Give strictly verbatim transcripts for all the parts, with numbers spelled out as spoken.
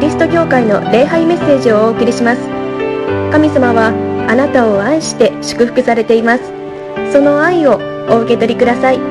リスト教会の礼拝メッセージをお送りします。神様はあなたを愛して祝福されています。その愛をお受け取りください。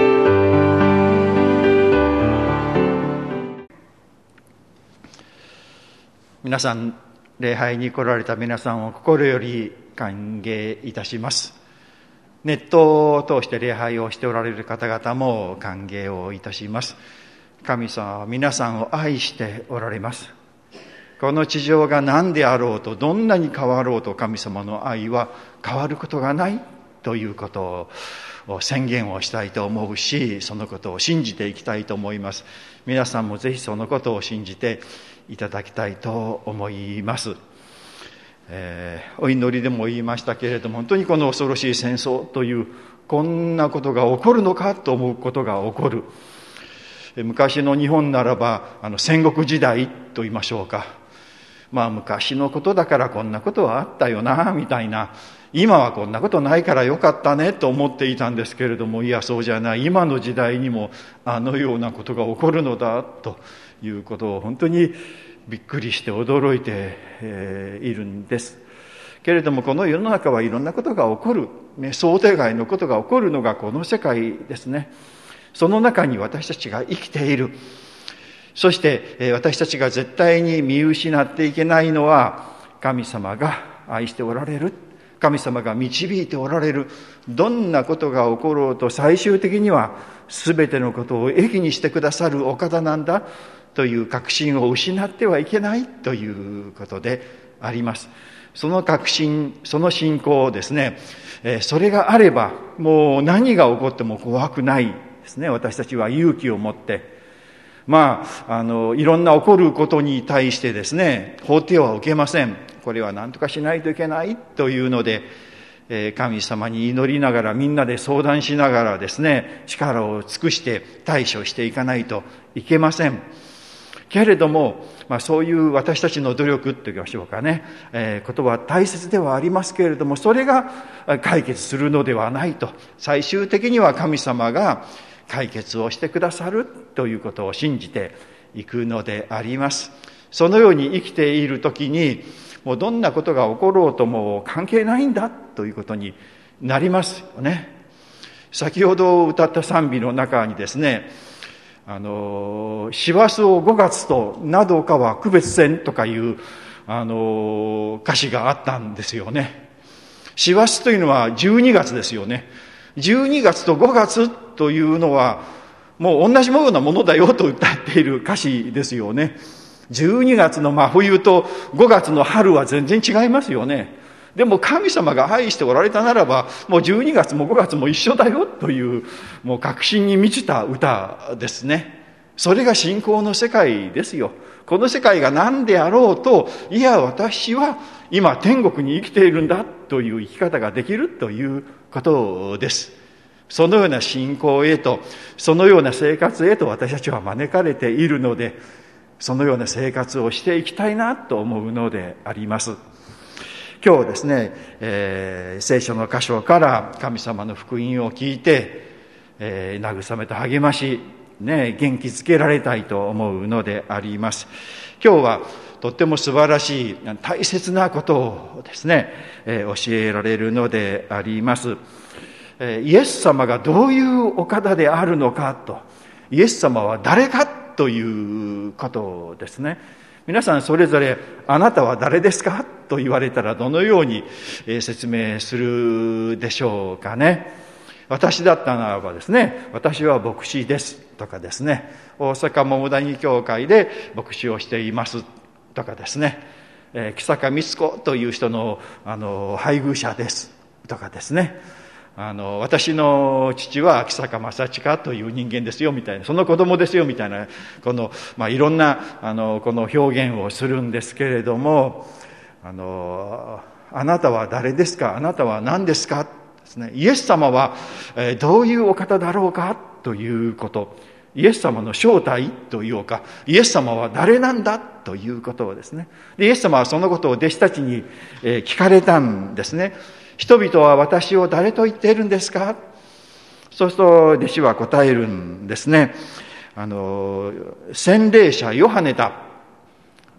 皆さん、礼拝に来られた皆さんを心より歓迎いたします。ネットを通して礼拝をしておられる方々も歓迎をいたします。神様は皆さんを愛しておられます。この地上が何であろうと、どんなに変わろうと、神様の愛は変わることがないということを宣言をしたいと思うし、そのことを信じていきたいと思います。皆さんもぜひそのことを信じていただきたいと思います。えー、お祈りでも言いましたけれども、本当にこの恐ろしい戦争という、こんなことが起こるのかと思うことが起こる。昔の日本ならばあの戦国時代と言いましょうか、まあ昔のことだからこんなことはあったよなみたいな、今はこんなことないからよかったねと思っていたんですけれども、いやそうじゃない、今の時代にもあのようなことが起こるのだということを本当にびっくりして驚いて、えー、いるんですけれども、この世の中はいろんなことが起こる、ね、想定外のことが起こるのがこの世界ですね。その中に私たちが生きている。そして私たちが絶対に見失っていけないのは、神様が愛しておられる、神様が導いておられる。どんなことが起ころうと最終的には全てのことを益にしてくださるお方なんだという確信を失ってはいけないということであります。その確信、その信仰をですね、それがあればもう何が起こっても怖くないですね。私たちは勇気を持って、まあ、あの、いろんな起こることに対してですね、放っては受けません。これは何とかしないといけないというので、えー、神様に祈りながら、みんなで相談しながらですね、力を尽くして対処していかないといけません。けれども、まあ、そういう私たちの努力と言いましょうかね、えー、ことは大切ではありますけれども、それが解決するのではないと。最終的には神様が解決をしてくださるということを信じていくのであります。そのように生きているときに、もうどんなことが起ころうとも関係ないんだということになりますよね。先ほど歌った賛美の中にですね、あの師走をごがつとなどかは区別せんとかいうあの歌詞があったんですよね。師走というのはじゅうにがつですよね。じゅうにがつとごがつというのはもう同じようなものだよと歌っている歌詞ですよね。じゅうにがつの真冬とごがつの春は全然違いますよね。でも神様が愛しておられたならば、もうじゅうにがつもごがつも一緒だよという、もう確信に満ちた歌ですね。それが信仰の世界ですよ。この世界が何であろうと、いや私は今天国に生きているんだという生き方ができるということです。そのような信仰へと、そのような生活へと私たちは招かれているので、そのような生活をしていきたいなと思うのであります。今日ですね、えー、聖書の箇所から神様の福音を聞いて、えー、慰めと励まし、ね、元気づけられたいと思うのであります。今日はとっても素晴らしい大切なことをですね、えー、教えられるのであります。えー、イエス様がどういうお方であるのかと、イエス様は誰かということですね。皆さんそれぞれあなたは誰ですかと言われたらどのように説明するでしょうかね。私だったならばですね、私は牧師ですとかですね、大阪桃谷教会で牧師をしていますとかですね、えー、木坂光子という人のあの配偶者ですとかですね、あの私の父は木坂正親という人間ですよみたいな、その子供ですよみたいな、この、まあ、いろんなあのこの表現をするんですけれども、あのあなたは誰ですか、あなたは何ですかですね、イエス様は、えー、どういうお方だろうかということ、イエス様の正体というか、イエス様は誰なんだということをですね、でイエス様はそのことを弟子たちに、えー、聞かれたんですね。人々は私を誰と言っているんですか。そうすると弟子は答えるんですね。あの洗礼者ヨハネだ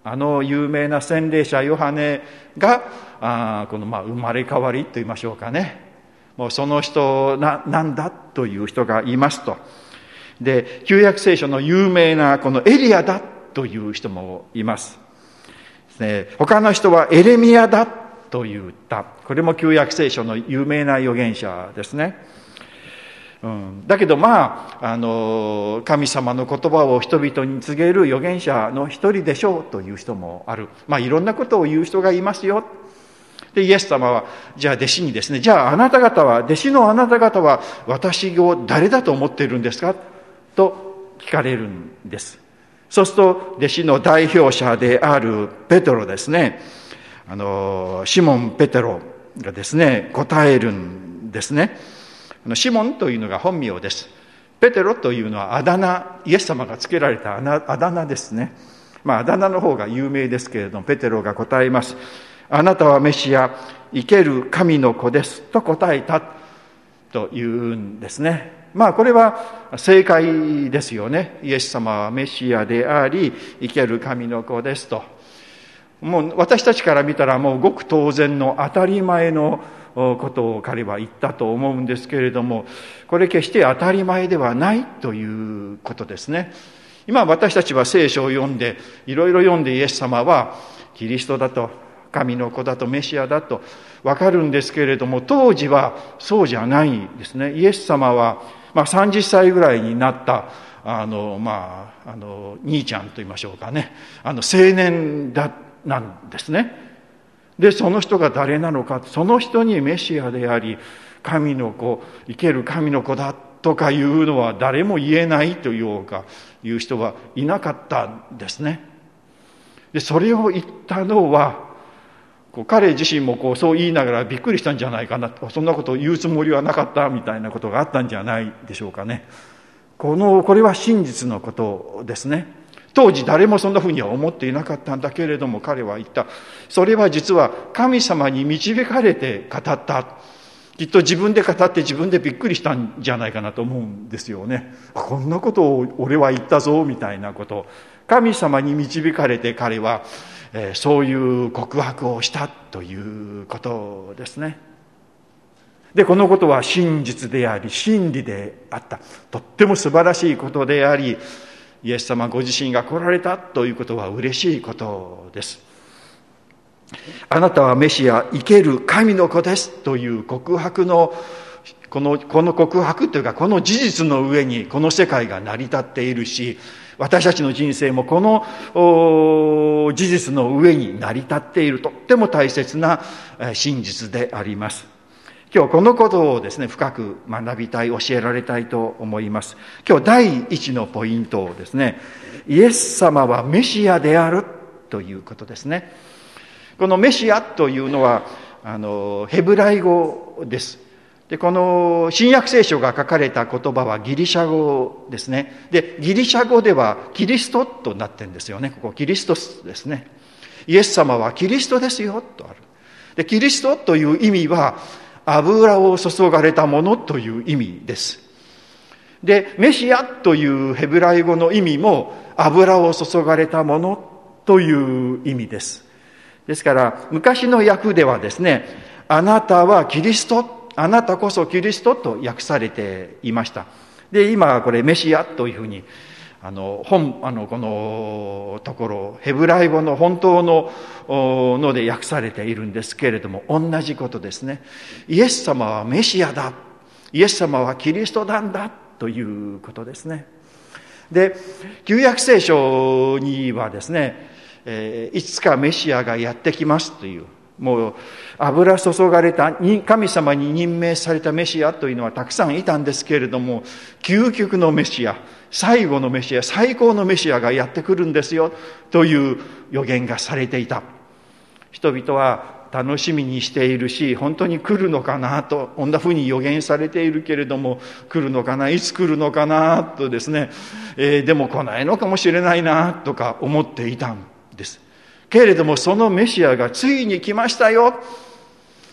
あの有名な洗礼者ヨハネがあこのまあ生まれ変わりと言いましょうかね、もうその人ななんだという人がいますと。で、旧約聖書の有名なこのエリアだという人もいます。ね、他の人はエレミアだと言った。これも旧約聖書の有名な預言者ですね。うん、だけどまあ、あの、神様の言葉を人々に告げる預言者の一人でしょうという人もある。まあいろんなことを言う人がいますよ。で、イエス様は、じゃあ弟子にですね、じゃああなた方は、弟子のあなた方は私を誰だと思っているんですかと聞かれるんです。そうすると、弟子の代表者であるペテロですね、あの、シモン・ペテロがですね、答えるんですね。シモンというのが本名です。ペテロというのはあだ名、イエス様がつけられたあだ名ですね。まああだ名の方が有名ですけれども、ペテロが答えます。あなたはメシア、生ける神の子ですと答えたというんですね。まあこれは正解ですよね。イエス様はメシアであり、生ける神の子ですと。もう私たちから見たらもうごく当然の当たり前のことを彼は言ったと思うんですけれども、これ決して当たり前ではないということですね。今私たちは聖書を読んで、いろいろ読んでイエス様はキリストだと、神の子だと、メシアだとわかるんですけれども、当時はそうじゃないですね。イエス様は、まあ、さんじゅっさいぐらいになったあの、まあ、あの兄ちゃんと言いましょうかね、あの青年だなんですね。で、その人が誰なのか、その人にメシアであり、神の子、生ける神の子だとかいうのは誰も言えないというか、いう人はいなかったんですね。で、それを言ったのは、こう彼自身もこうそう言いながらびっくりしたんじゃないかな、そんなことを言うつもりはなかったみたいなことがあったんじゃないでしょうかね。この、これは真実のことですね。当時誰もそんなふうには思っていなかったんだけれども、彼は言った。それは実は神様に導かれて語った。きっと自分で語って自分でびっくりしたんじゃないかなと思うんですよね。こんなことを俺は言ったぞみたいなこと。神様に導かれて彼は、えー、そういう告白をしたということですね。で、このことは真実であり真理であった。とっても素晴らしいことであり、イエス様ご自身が来られたということは嬉しいことです。あなたはメシア、生ける神の子ですという告白のこの、この告白というかこの事実の上にこの世界が成り立っているし、私たちの人生もこの事実の上に成り立っているとっても大切な真実であります。今日このことをですね、深く学びたい、教えられたいと思います。今日第一のポイントをですね、イエス様はメシアであるということですね。このメシアというのは、あの、ヘブライ語です。で、この新約聖書が書かれた言葉はギリシャ語ですね。で、ギリシャ語ではキリストとなってるんですよね。ここキリストスですね。イエス様はキリストですよとある。で、キリストという意味は、油を注がれたものという意味です。で、メシアというヘブライ語の意味も油を注がれたものという意味です。ですから昔の訳ではですね、あなたはキリスト、あなたこそキリストと訳されていました。で、今はこれメシアというふうにあの本あのこのところヘブライ語の本当のので訳されているんですけれども、同じことですね。イエス様はメシアだ、イエス様はキリストなんだということですね。で、旧約聖書にはですね、えー、いつかメシアがやってきますという、もう油注がれた神様に任命されたメシアというのはたくさんいたんですけれども、究極のメシア、最後のメシア、最高のメシアがやってくるんですよという予言がされていた。人々は楽しみにしているし、本当に来るのかなと、こんなふうに予言されているけれども、来るのかな、いつ来るのかなとですね、えー、でも来ないのかもしれないなとか思っていたんです。けれどもそのメシアがついに来ましたよ。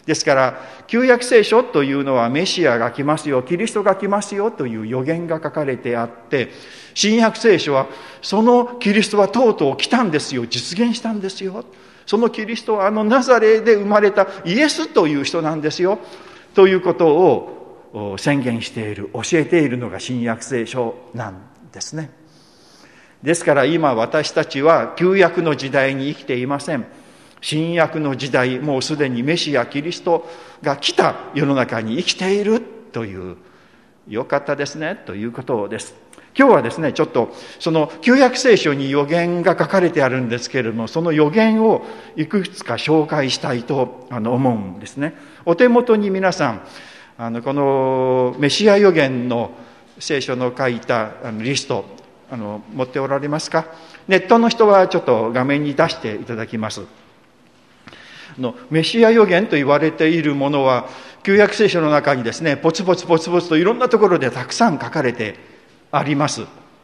ですから旧約聖書というのはメシアが来ますよ、キリストが来ますよという予言が書かれてあって、新約聖書はそのキリストはとうとう来たんですよ、実現したんですよ、そのキリストはあのナザレで生まれたイエスという人なんですよということを宣言している、教えているのが新約聖書なんですね。ですから今私たちは旧約の時代に生きていません。新約の時代、もうすでにメシアキリストが来た世の中に生きているという、よかったですねということです。今日はですね、ちょっとその旧約聖書に予言が書かれてあるんですけれども、その予言をいくつか紹介したいとあの思うんですね。お手元に皆さん、あのこのメシア予言の聖書の書いたあのリスト、あの持っておられますか？ネットの人はちょっと画面に出していただきます。のメシア予言と言われているものは旧約聖書の中にですね、ポツポツポツポツといろんなところでたくさん書かれてあります。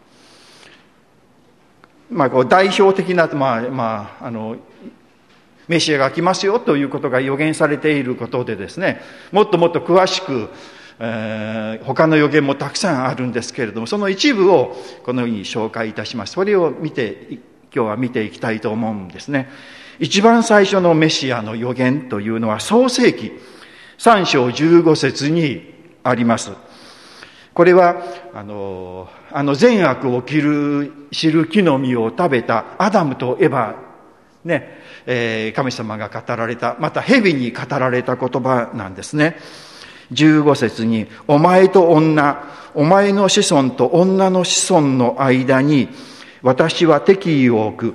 まあ、こう代表的な、まあまあ、あのメシアが来ますよということが予言されていることでですね、もっともっと詳しく、えー、他の予言もたくさんあるんですけれども、その一部をこのように紹介いたします。それを見て今日は見ていきたいと思うんですね。一番最初のメシアの予言というのは創世記さん章じゅうご節にあります。これはあのあの善悪を知る知る木の実を食べたアダムとエバね、えー、神様が語られた、また蛇に語られた言葉なんですね。じゅうご節に、お前と女、お前の子孫と女の子孫の間に私は敵意を置く。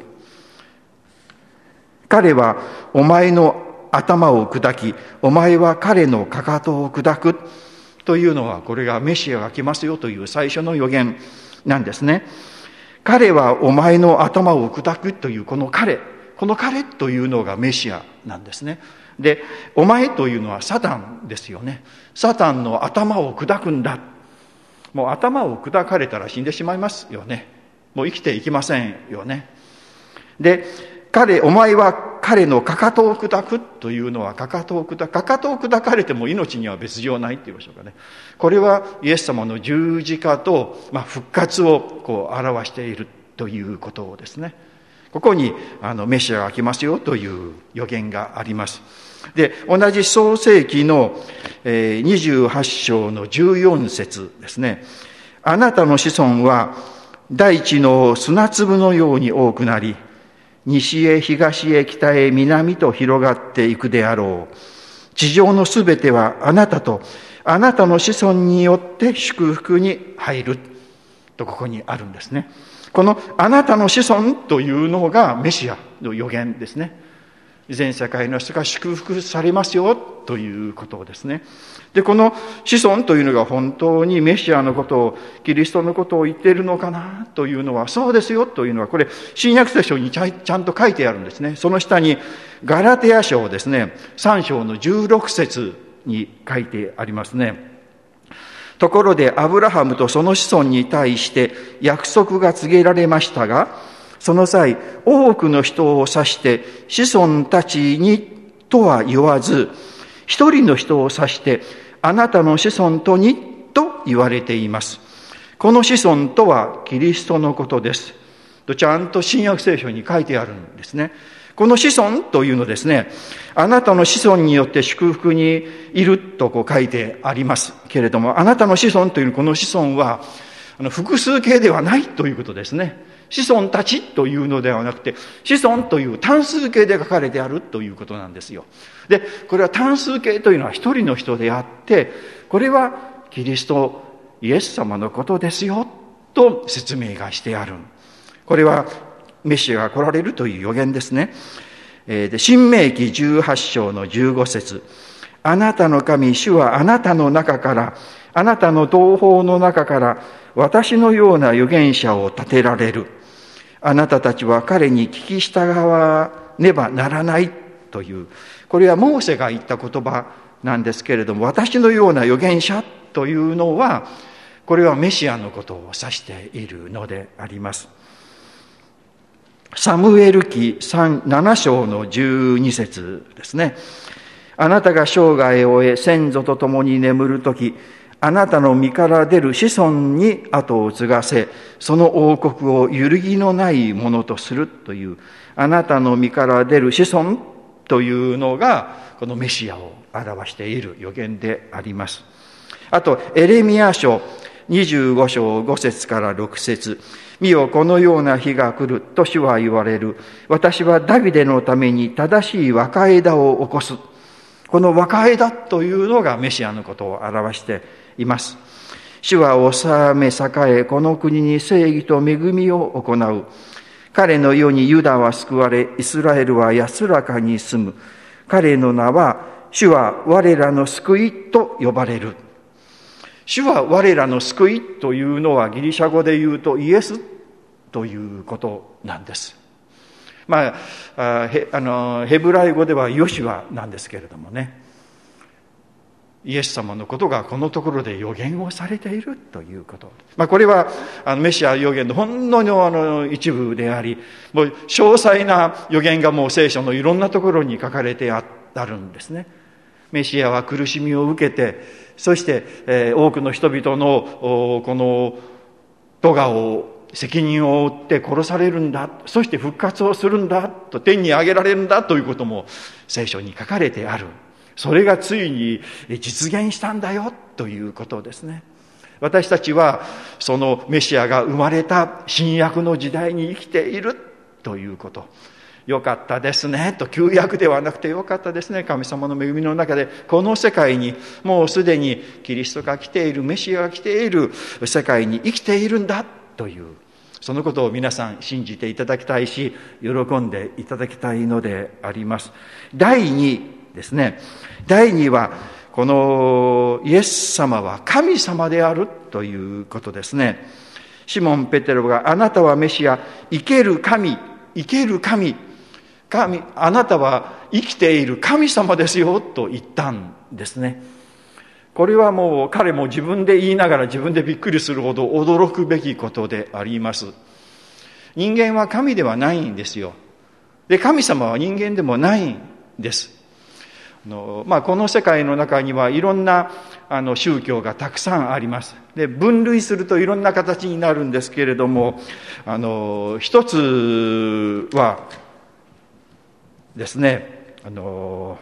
彼はお前の頭を砕き、お前は彼のかかとを砕くというのは、これがメシアが来ますよという最初の予言なんですね。彼はお前の頭を砕くというこの彼、この彼というのがメシアなんですね。で、お前というのはサタンですよね。サタンの頭を砕くんだ。もう頭を砕かれたら死んでしまいますよね。もう生きていきませんよね。で、彼、お前は彼のかかとを砕くというのは、かかとを砕く、かかとを砕かれても命には別状ないって言いましょうかね。これはイエス様の十字架と、まあ、復活をこう表しているということですね。ここにあのメシアが来ますよという予言があります。で、同じ創世記のにじゅうはち章のじゅうよん節ですね。あなたの子孫は大地の砂粒のように多くなり、西へ東へ北へ南と広がっていくであろう。地上のすべてはあなたとあなたの子孫によって祝福に入るとここにあるんですね。このあなたの子孫というのがメシアの予言ですね。全世界の人が祝福されますよということですね。で、この子孫というのが本当にメシアのことを、キリストのことを言っているのかなというのは、そうですよというのは、これ新約聖書にちゃんと書いてあるんですね。その下にガラテヤ書ですね、さん章のじゅうろく節に書いてありますね。ところでアブラハムとその子孫に対して約束が告げられましたが、その際多くの人を指して子孫たちにとは言わず、一人の人を指してあなたの子孫とにと言われています。この子孫とはキリストのことですとちゃんと新約聖書に書いてあるんですね。この子孫というのですね、あなたの子孫によって祝福にいるとこう書いてありますけれども、あなたの子孫というこの子孫はあの複数形ではないということですね。子孫たちというのではなくて、子孫という単数形で書かれてあるということなんですよ。で、これは単数形というのは一人の人であって、これはキリストイエス様のことですよと説明がしてある。これはメシアが来られるという予言ですね。えー、で新明記じゅうはち章のじゅうご節、あなたの神主はあなたの中から、あなたの同胞の中から私のような預言者を立てられる。あなたたちは彼に聞き従わねばならないという、これはモーセが言った言葉なんですけれども、私のような預言者というのは、これはメシアのことを指しているのであります。サムエル記なな章のじゅうに節ですね。 あなたが生涯を終え、先祖と共に眠るとき、あなたの身から出る子孫に後を継がせ、その王国を揺るぎのないものとするという、あなたの身から出る子孫というのが、このメシアを表している予言であります。あと、エレミヤ書にじゅうご章ご節からろく節。見よ、このような日が来ると主は言われる。私はダビデのために正しい若枝を起こす。この若枝というのがメシアのことを表しています。主は治め栄え、この国に正義と恵みを行う。彼の世にユダは救われ、イスラエルは安らかに住む。彼の名は、主は我らの救いと呼ばれる。主は我らの救いというのはギリシャ語で言うとイエスということなんです。まあ、あへあのヘブライ語ではヨシュアなんですけれどもね、イエス様のことがこのところで予言をされているということ。まあ、これはあのメシア予言のほんのあの一部であり、もう詳細な予言がもう聖書のいろんなところに書かれてあるんですね。メシアは苦しみを受けて、そして、えー、多くの人々のこの咎を責任を負って殺されるんだ、そして復活をするんだと、天に上げられるんだということも聖書に書かれてある。それがついに実現したんだよということですね。私たちはそのメシアが生まれた新約の時代に生きているということ。よかったですねと、旧約ではなくてよかったですね。神様の恵みの中でこの世界にもうすでにキリストが来ている、メシアが来ている世界に生きているんだという、そのことを皆さん信じていただきたいし、喜んでいただきたいのであります。第二ですね。第二はこのイエス様は神様であるということですね。シモン・ペテロが、あなたはメシア、生ける神、生ける神、神、あなたは生きている神様ですよと言ったんですね。これはもう彼も自分で言いながら自分でびっくりするほど驚くべきことであります。人間は神ではないんですよ。で、神様は人間でもないんです。あの、まあ、この世界の中にはいろんなあの宗教がたくさんあります。で、分類するといろんな形になるんですけれども、あの一つはですね、あの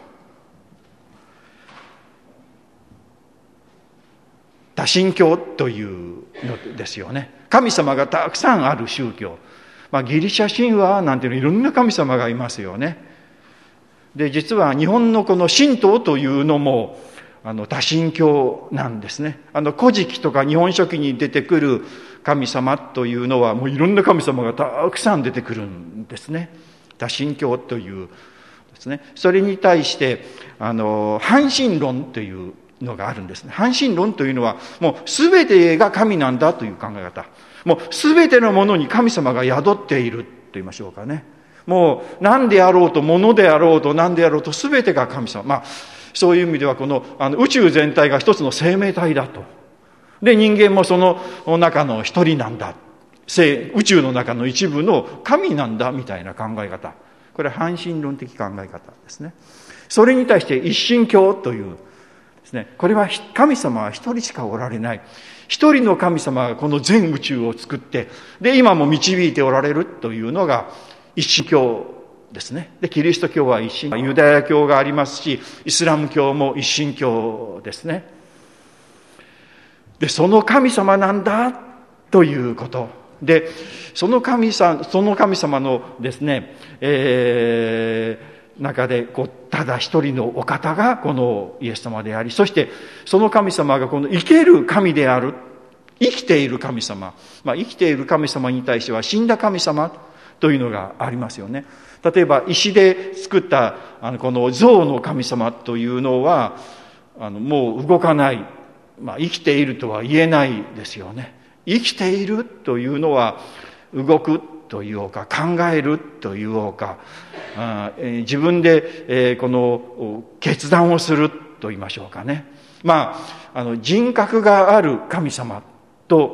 多神教というのですよね。神様がたくさんある宗教、まあ、ギリシャ神話なんていうのいろんな神様がいますよね。で、実は日本のこの神道というのもあの多神教なんですね。あの古事記とか日本書紀に出てくる神様というのはもういろんな神様がたくさん出てくるんですね。多神教というですね。それに対してあの半神論というのがあるんですね。半神論というのはもう全てが神なんだという考え方。もう全てのものに神様が宿っていると言いましょうかね。もう何であろうと、物であろうと、何であろうと全てが神様。まあそういう意味ではこの、あの宇宙全体が一つの生命体だと。で、人間もその中の一人なんだ。宇宙の中の一部の神なんだみたいな考え方。これは半神論的考え方ですね。それに対して一神教というですね、これは神様は一人しかおられない。一人の神様がこの全宇宙を作って、で、今も導いておられるというのが一神教ですね。で、キリスト教は一神、ユダヤ教がありますし、イスラム教も一神教ですね。で、その神様なんだということ。で、その神様、その神様のですね、えー、中でこうただ一人のお方がこのイエス様であり、そしてその神様がこの生ける神である、生きている神様、まあ、生きている神様に対しては死んだ神様というのがありますよね。例えば石で作ったあのこの像の神様というのはあのもう動かない、まあ、生きているとは言えないですよね。生きているというのは動くというか考えるというか、あ、えー、自分で、えー、この決断をすると言いましょうかね。まあ、あの人格がある神様と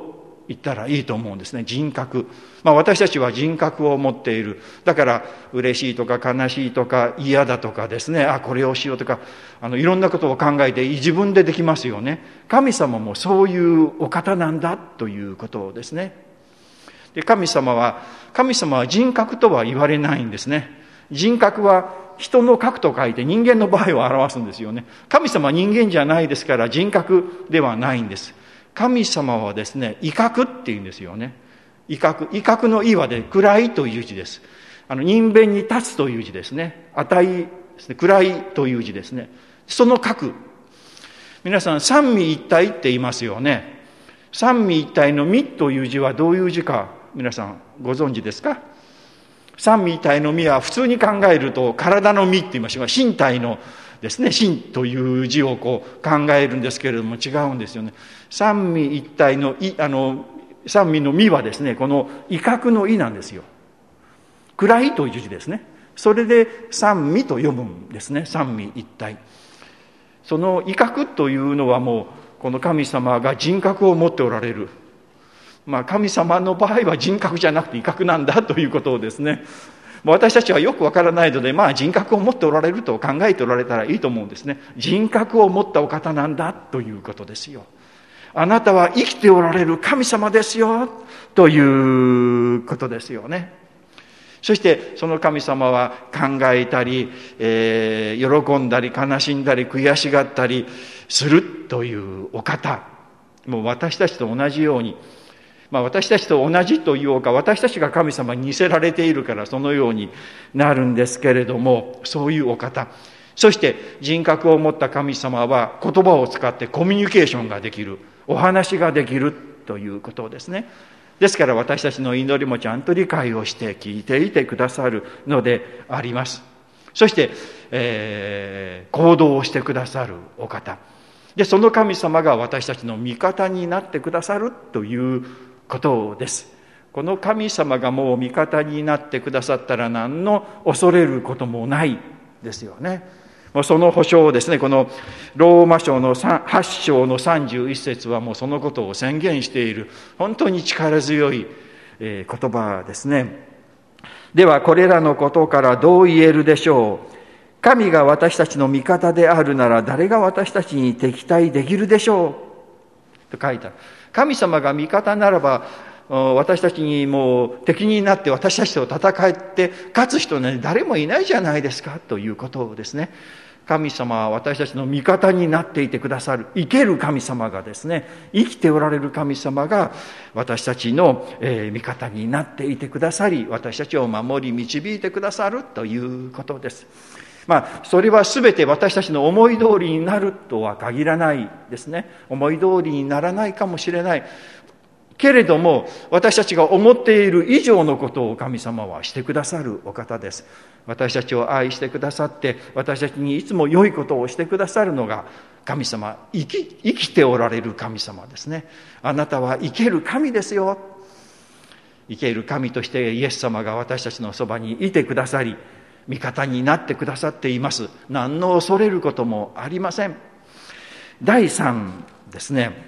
言ったらいいと思うんですね。人格。まあ私たちは人格を持っている。だから嬉しいとか悲しいとか嫌だとかですね、あ、これをしようとか、あのいろんなことを考えて自分でできますよね。神様もそういうお方なんだということですね。で、神様は、神様は人格とは言われないんですね。人格は人の格と書いて人間の場合を表すんですよね。神様は人間じゃないですから人格ではないんです。神様はですね、威嚇っていうんですよね。威嚇。威嚇の威はで、位という字です。あの、人弁に立つという字ですね。値ですね。位という字ですね。その格。皆さん、三位一体って言いますよね。三位一体の身という字はどういう字か、皆さんご存知ですか？三位一体の身は普通に考えると、体の身って言いましょうか。身体のですね、身という字をこう考えるんですけれども違うんですよね。三位一体のい、あの、三位の身はですね、この威嚇の威なんですよ。位という字ですね。それで三位と読むんですね。三位一体。その威嚇というのはもう、この神様が人格を持っておられる。まあ神様の場合は人格じゃなくて威嚇なんだということをですね、私たちはよくわからないので、まあ人格を持っておられると考えておられたらいいと思うんですね。人格を持ったお方なんだということですよ。あなたは生きておられる神様ですよということですよね。そしてその神様は考えたり、えー、喜んだり悲しんだり悔しがったりするというお方。もう私たちと同じように、まあ私たちと同じというか、私たちが神様に似せられているからそのようになるんですけれども、そういうお方。そして人格を持った神様は言葉を使ってコミュニケーションができる、お話ができるということですね。ですから私たちの祈りもちゃんと理解をして聞いていてくださるのであります。そして、えー、行動をしてくださるお方。で、その神様が私たちの味方になってくださるということです。この神様がもう味方になってくださったら何の恐れることもないですよね。もうその保証をですね、このローマ書のはち章のさんじゅういち節はもうそのことを宣言している、本当に力強い言葉ですね。ではこれらのことからどう言えるでしょう。神が私たちの味方であるなら誰が私たちに敵対できるでしょうと書いてある。神様が味方ならば私たちにもう敵になって私たちと戦って勝つ人なんて誰もいないじゃないですかということですね。神様は私たちの味方になっていてくださる生ける神様がですね、生きておられる神様が私たちの、えー、味方になっていてくださり、私たちを守り導いてくださるということです。まあ、それは全て私たちの思い通りになるとは限らないですね。思い通りにならないかもしれないけれども、私たちが思っている以上のことを神様はしてくださるお方です。私たちを愛してくださって、私たちにいつも良いことをしてくださるのが神様、生き、生きておられる神様ですね。あなたは生ける神ですよ。生ける神としてイエス様が私たちのそばにいてくださり、味方になってくださっています。何の恐れることもありません。だいさんですね。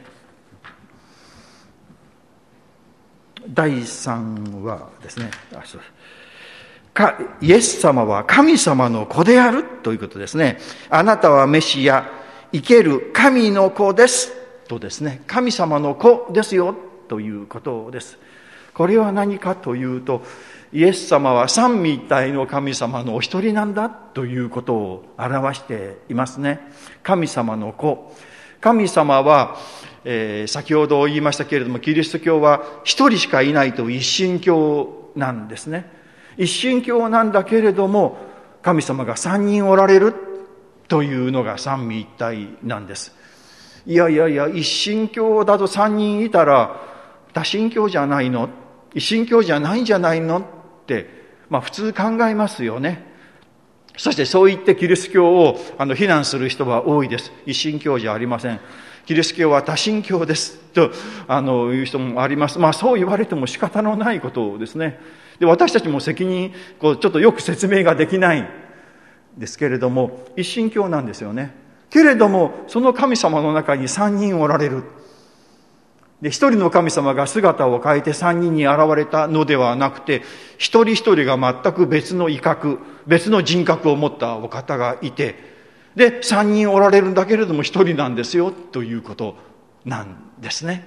だいさんはですね、あ、そうか、イエス様は神様の子であるということですね。あなたはメシア、生ける神の子ですとですね、神様の子ですよということです。これは何かというと、イエス様は三位一体の神様のお一人なんだということを表していますね。神様の子。神様は、えー、先ほど言いましたけれども、キリスト教は一人しかいないと一神教なんですね。一神教なんだけれども、神様が三人おられるというのが三位一体なんです。いやいやいや、一神教だと三人いたら多神教じゃないの？一神教じゃないんじゃないのって、まあ普通考えますよね。そしてそう言ってキリスト教をあの非難する人は多いです。一神教じゃありません。キリスト教は多神教ですとあのいう人もあります。まあそう言われても仕方のないことですね。で、私たちも責任こうちょっとよく説明ができないですけれども、一神教なんですよね。けれどもその神様の中に三人おられる。 で、一人の神様が姿を変えて三人に現れたのではなくて、一人一人が全く別の威嚇、別の人格を持ったお方がいて、で、三人おられるんだけれども一人なんですよということなんですね。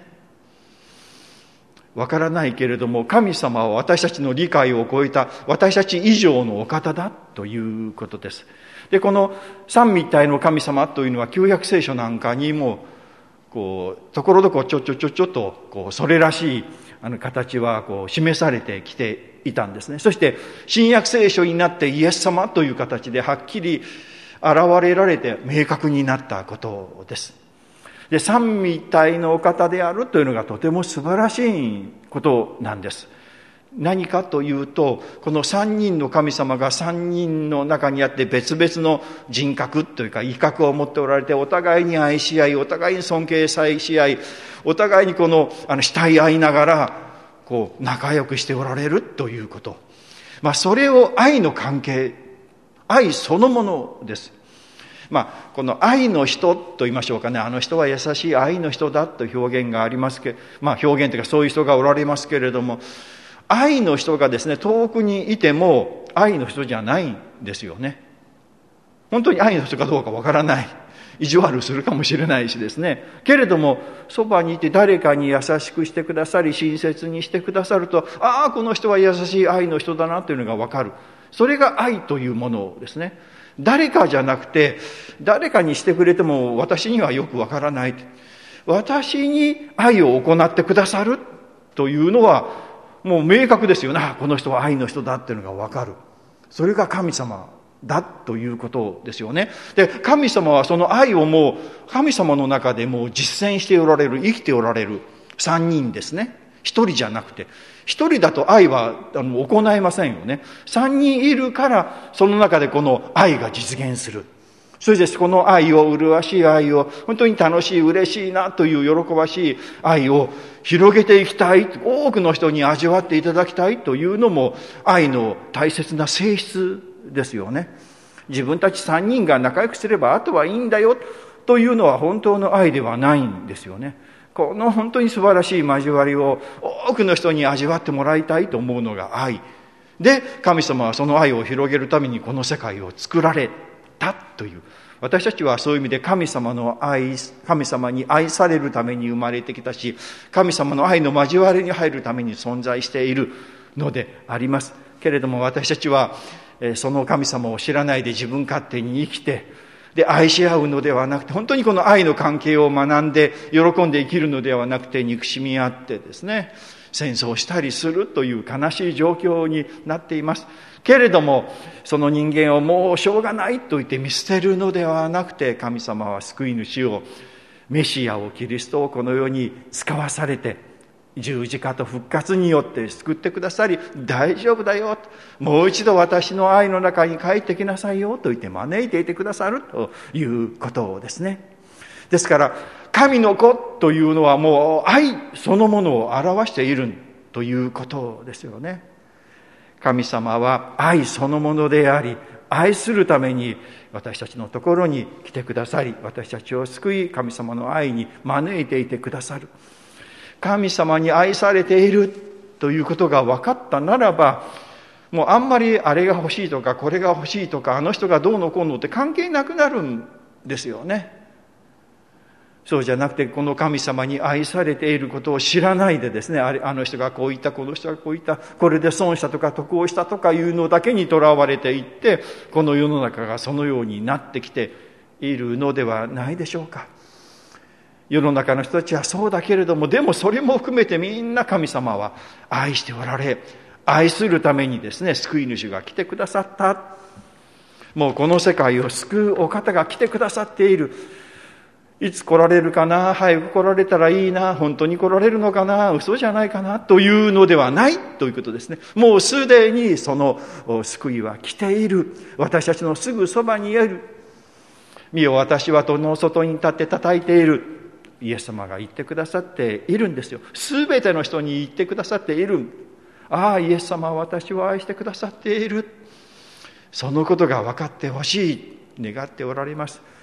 わからないけれども、神様は私たちの理解を超えた私たち以上のお方だということです。で、この三位一体の神様というのは旧約聖書なんかにもこうところどころちょちょちょちょとこうそれらしいあの形はこう示されてきていたんですね。そして新約聖書になってイエス様という形ではっきり現れられて明確になったことです。で、三位一体のお方であるというのがとても素晴らしいことなんです。何かというと、この三人の神様が三人の中にあって別々の人格というか威嚇を持っておられて、お互いに愛し合い、お互いに尊敬し合い、お互いにこのあの慕い合いながらこう仲良くしておられるということ、まあそれを愛の関係、愛そのものです。まあこの愛の人と言いましょうかね、あの人は優しい愛の人だという表現がありますけど、まあ表現というかそういう人がおられますけれども、愛の人がですね、遠くにいても愛の人じゃないんですよね。本当に愛の人かどうかわからない。意地悪するかもしれないしですね。けれども、そばにいて誰かに優しくしてくださり、親切にしてくださると、ああ、この人は優しい愛の人だなというのがわかる。それが愛というものですね。誰かじゃなくて、誰かにしてくれても私にはよくわからない。私に愛を行ってくださるというのは、もう明確ですよね。この人は愛の人だっていうのがわかる。それが神様だということですよね。で、神様はその愛をもう神様の中でもう実践しておられる、生きておられる三人ですね。一人じゃなくて、一人だと愛はあの行えませんよね。三人いるからその中でこの愛が実現する。それでこの愛を、麗しい愛を、本当に楽しい、嬉しいなという喜ばしい愛を広げていきたい、多くの人に味わっていただきたいというのも愛の大切な性質ですよね。自分たち三人が仲良くすればあとはいいんだよというのは本当の愛ではないんですよね。この本当に素晴らしい交わりを多くの人に味わってもらいたいと思うのが愛で、神様はその愛を広げるためにこの世界を作られたという、私たちはそういう意味で神様の愛、神様に愛されるために生まれてきたし、神様の愛の交わりに入るために存在しているのでありますけれども、私たちはその神様を知らないで自分勝手に生きて、で愛し合うのではなくて、本当にこの愛の関係を学んで喜んで生きるのではなくて、憎しみ合ってですね、戦争したりするという悲しい状況になっています。けれども、その人間をもうしょうがないと言って見捨てるのではなくて、神様は救い主を、メシアを、キリストをこの世に使わされて、十字架と復活によって救ってくださり、大丈夫だよ、もう一度私の愛の中に帰ってきなさいよと言って招いていてくださるということですね。ですから神の子というのはもう愛そのものを表しているということですよね。神様は愛そのものであり、愛するために私たちのところに来てくださり、私たちを救い、神様の愛に招いていてくださる。神様に愛されているということが分かったならば、もうあんまりあれが欲しいとかこれが欲しいとかあの人がどうのこうのって関係なくなるんですよね。そうじゃなくて、この神様に愛されていることを知らないでですね、あれ、あの人がこう言った、この人がこう言った、これで損したとか得をしたとかいうのだけにとらわれていって、この世の中がそのようになってきているのではないでしょうか。世の中の人たちはそうだけれども、でもそれも含めてみんな神様は愛しておられ、愛するためにですね、救い主が来てくださった。もうこの世界を救うお方が来てくださっている。いつ来られるかな、早く来られたらいいな、本当に来られるのかな、嘘じゃないかなというのではないということですね。もうすでにその救いは来ている。私たちのすぐそばにいる。見よ、私は戸の外に立って叩いている。イエス様が言ってくださっているんですよ。すべての人に言ってくださっている。ああ、イエス様は私を愛してくださっている。そのことが分かってほしい、願っておられます。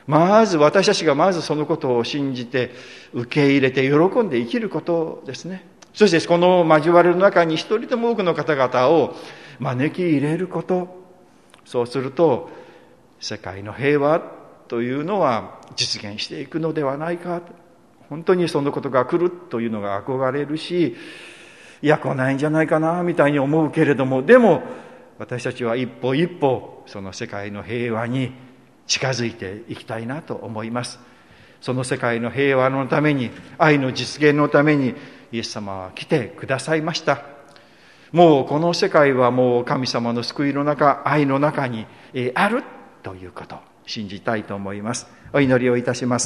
まず私たちがまずそのことを信じて受け入れて喜んで生きることですね。そしてこの交わりの中に一人でも多くの方々を招き入れること。そうすると世界の平和というのは実現していくのではないか。本当にそのことが来るというのが憧れるし、いや来ないんじゃないかなみたいに思うけれども、でも私たちは一歩一歩その世界の平和に近づいていきたいなと思います。その世界の平和のために、愛の実現のためにイエス様は来てくださいました。もうこの世界はもう神様の救いの中、愛の中にあるということを信じたいと思います。お祈りをいたします。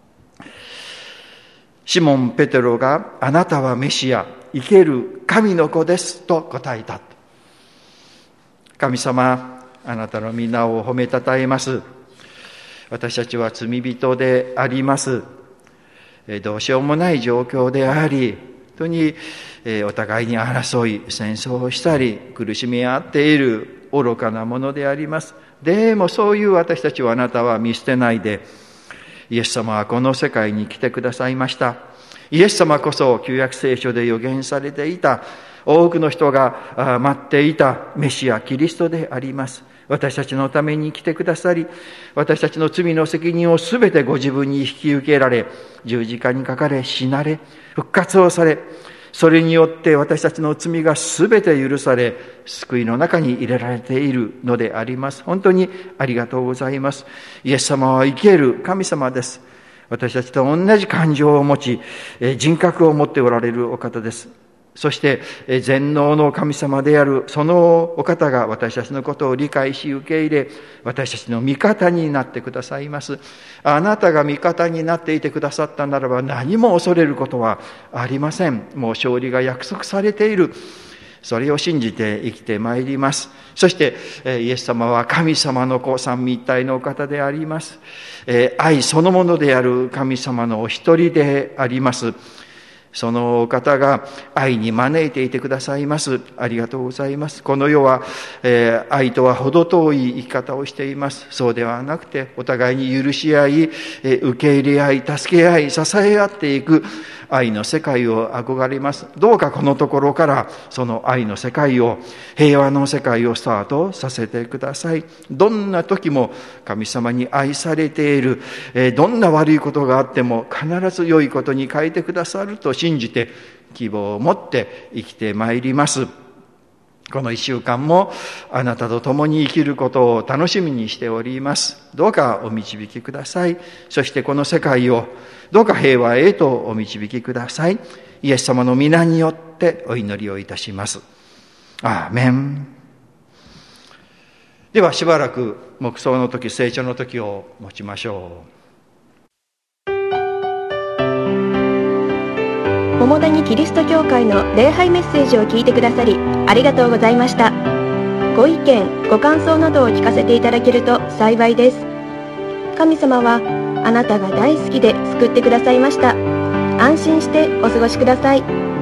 シモン・ペテロがあなたはメシア、生ける神の子ですと答えた。神様、あなたの皆を褒めたたえます。私たちは罪人であります。どうしようもない状況であり、本当にお互いに争い、戦争をしたり、苦しみ合っている愚かなものであります。でもそういう私たちをあなたは見捨てないで、イエス様はこの世界に来てくださいました。イエス様こそ旧約聖書で予言されていた、多くの人が待っていたメシア、キリストであります。私たちのために来てくださり、私たちの罪の責任をすべてご自分に引き受けられ、十字架にかかれ、死なれ、復活をされ、それによって私たちの罪がすべて許され、救いの中に入れられているのであります。本当にありがとうございます。イエス様は生ける神様です。私たちと同じ感情を持ち、人格を持っておられるお方です。そして全能の神様であるそのお方が私たちのことを理解し受け入れ、私たちの味方になってくださいます。あなたが味方になっていてくださったならば何も恐れることはありません。もう勝利が約束されている。それを信じて生きてまいります。そしてイエス様は神様の子、三位一体のお方であります。愛そのものである神様のお一人であります。そのお方が愛に招いていてくださいます。ありがとうございます。この世は、えー、愛とは程遠い生き方をしています。そうではなくて、お互いに許し合い、えー、受け入れ合い、助け合い、支え合っていく愛の世界を憧れます。どうかこのところからその愛の世界を、平和の世界をスタートさせてください。どんな時も神様に愛されている、えー、どんな悪いことがあっても必ず良いことに変えてくださると信じて希望を持って生きてまいります。この一週間もあなたと共に生きることを楽しみにしております。どうかお導きください。そしてこの世界をどうか平和へとお導きください。イエス様の皆によってお祈りをいたします。アーメン。ではしばらく黙想の時、聖書の時を持ちましょう。 桃谷キリスト教会の礼拝メッセージを聞いてくださりありがとうございました。ご意見ご感想などを聞かせていただけると幸いです。神様はあなたが大好きで救ってくださいました。安心してお過ごしください。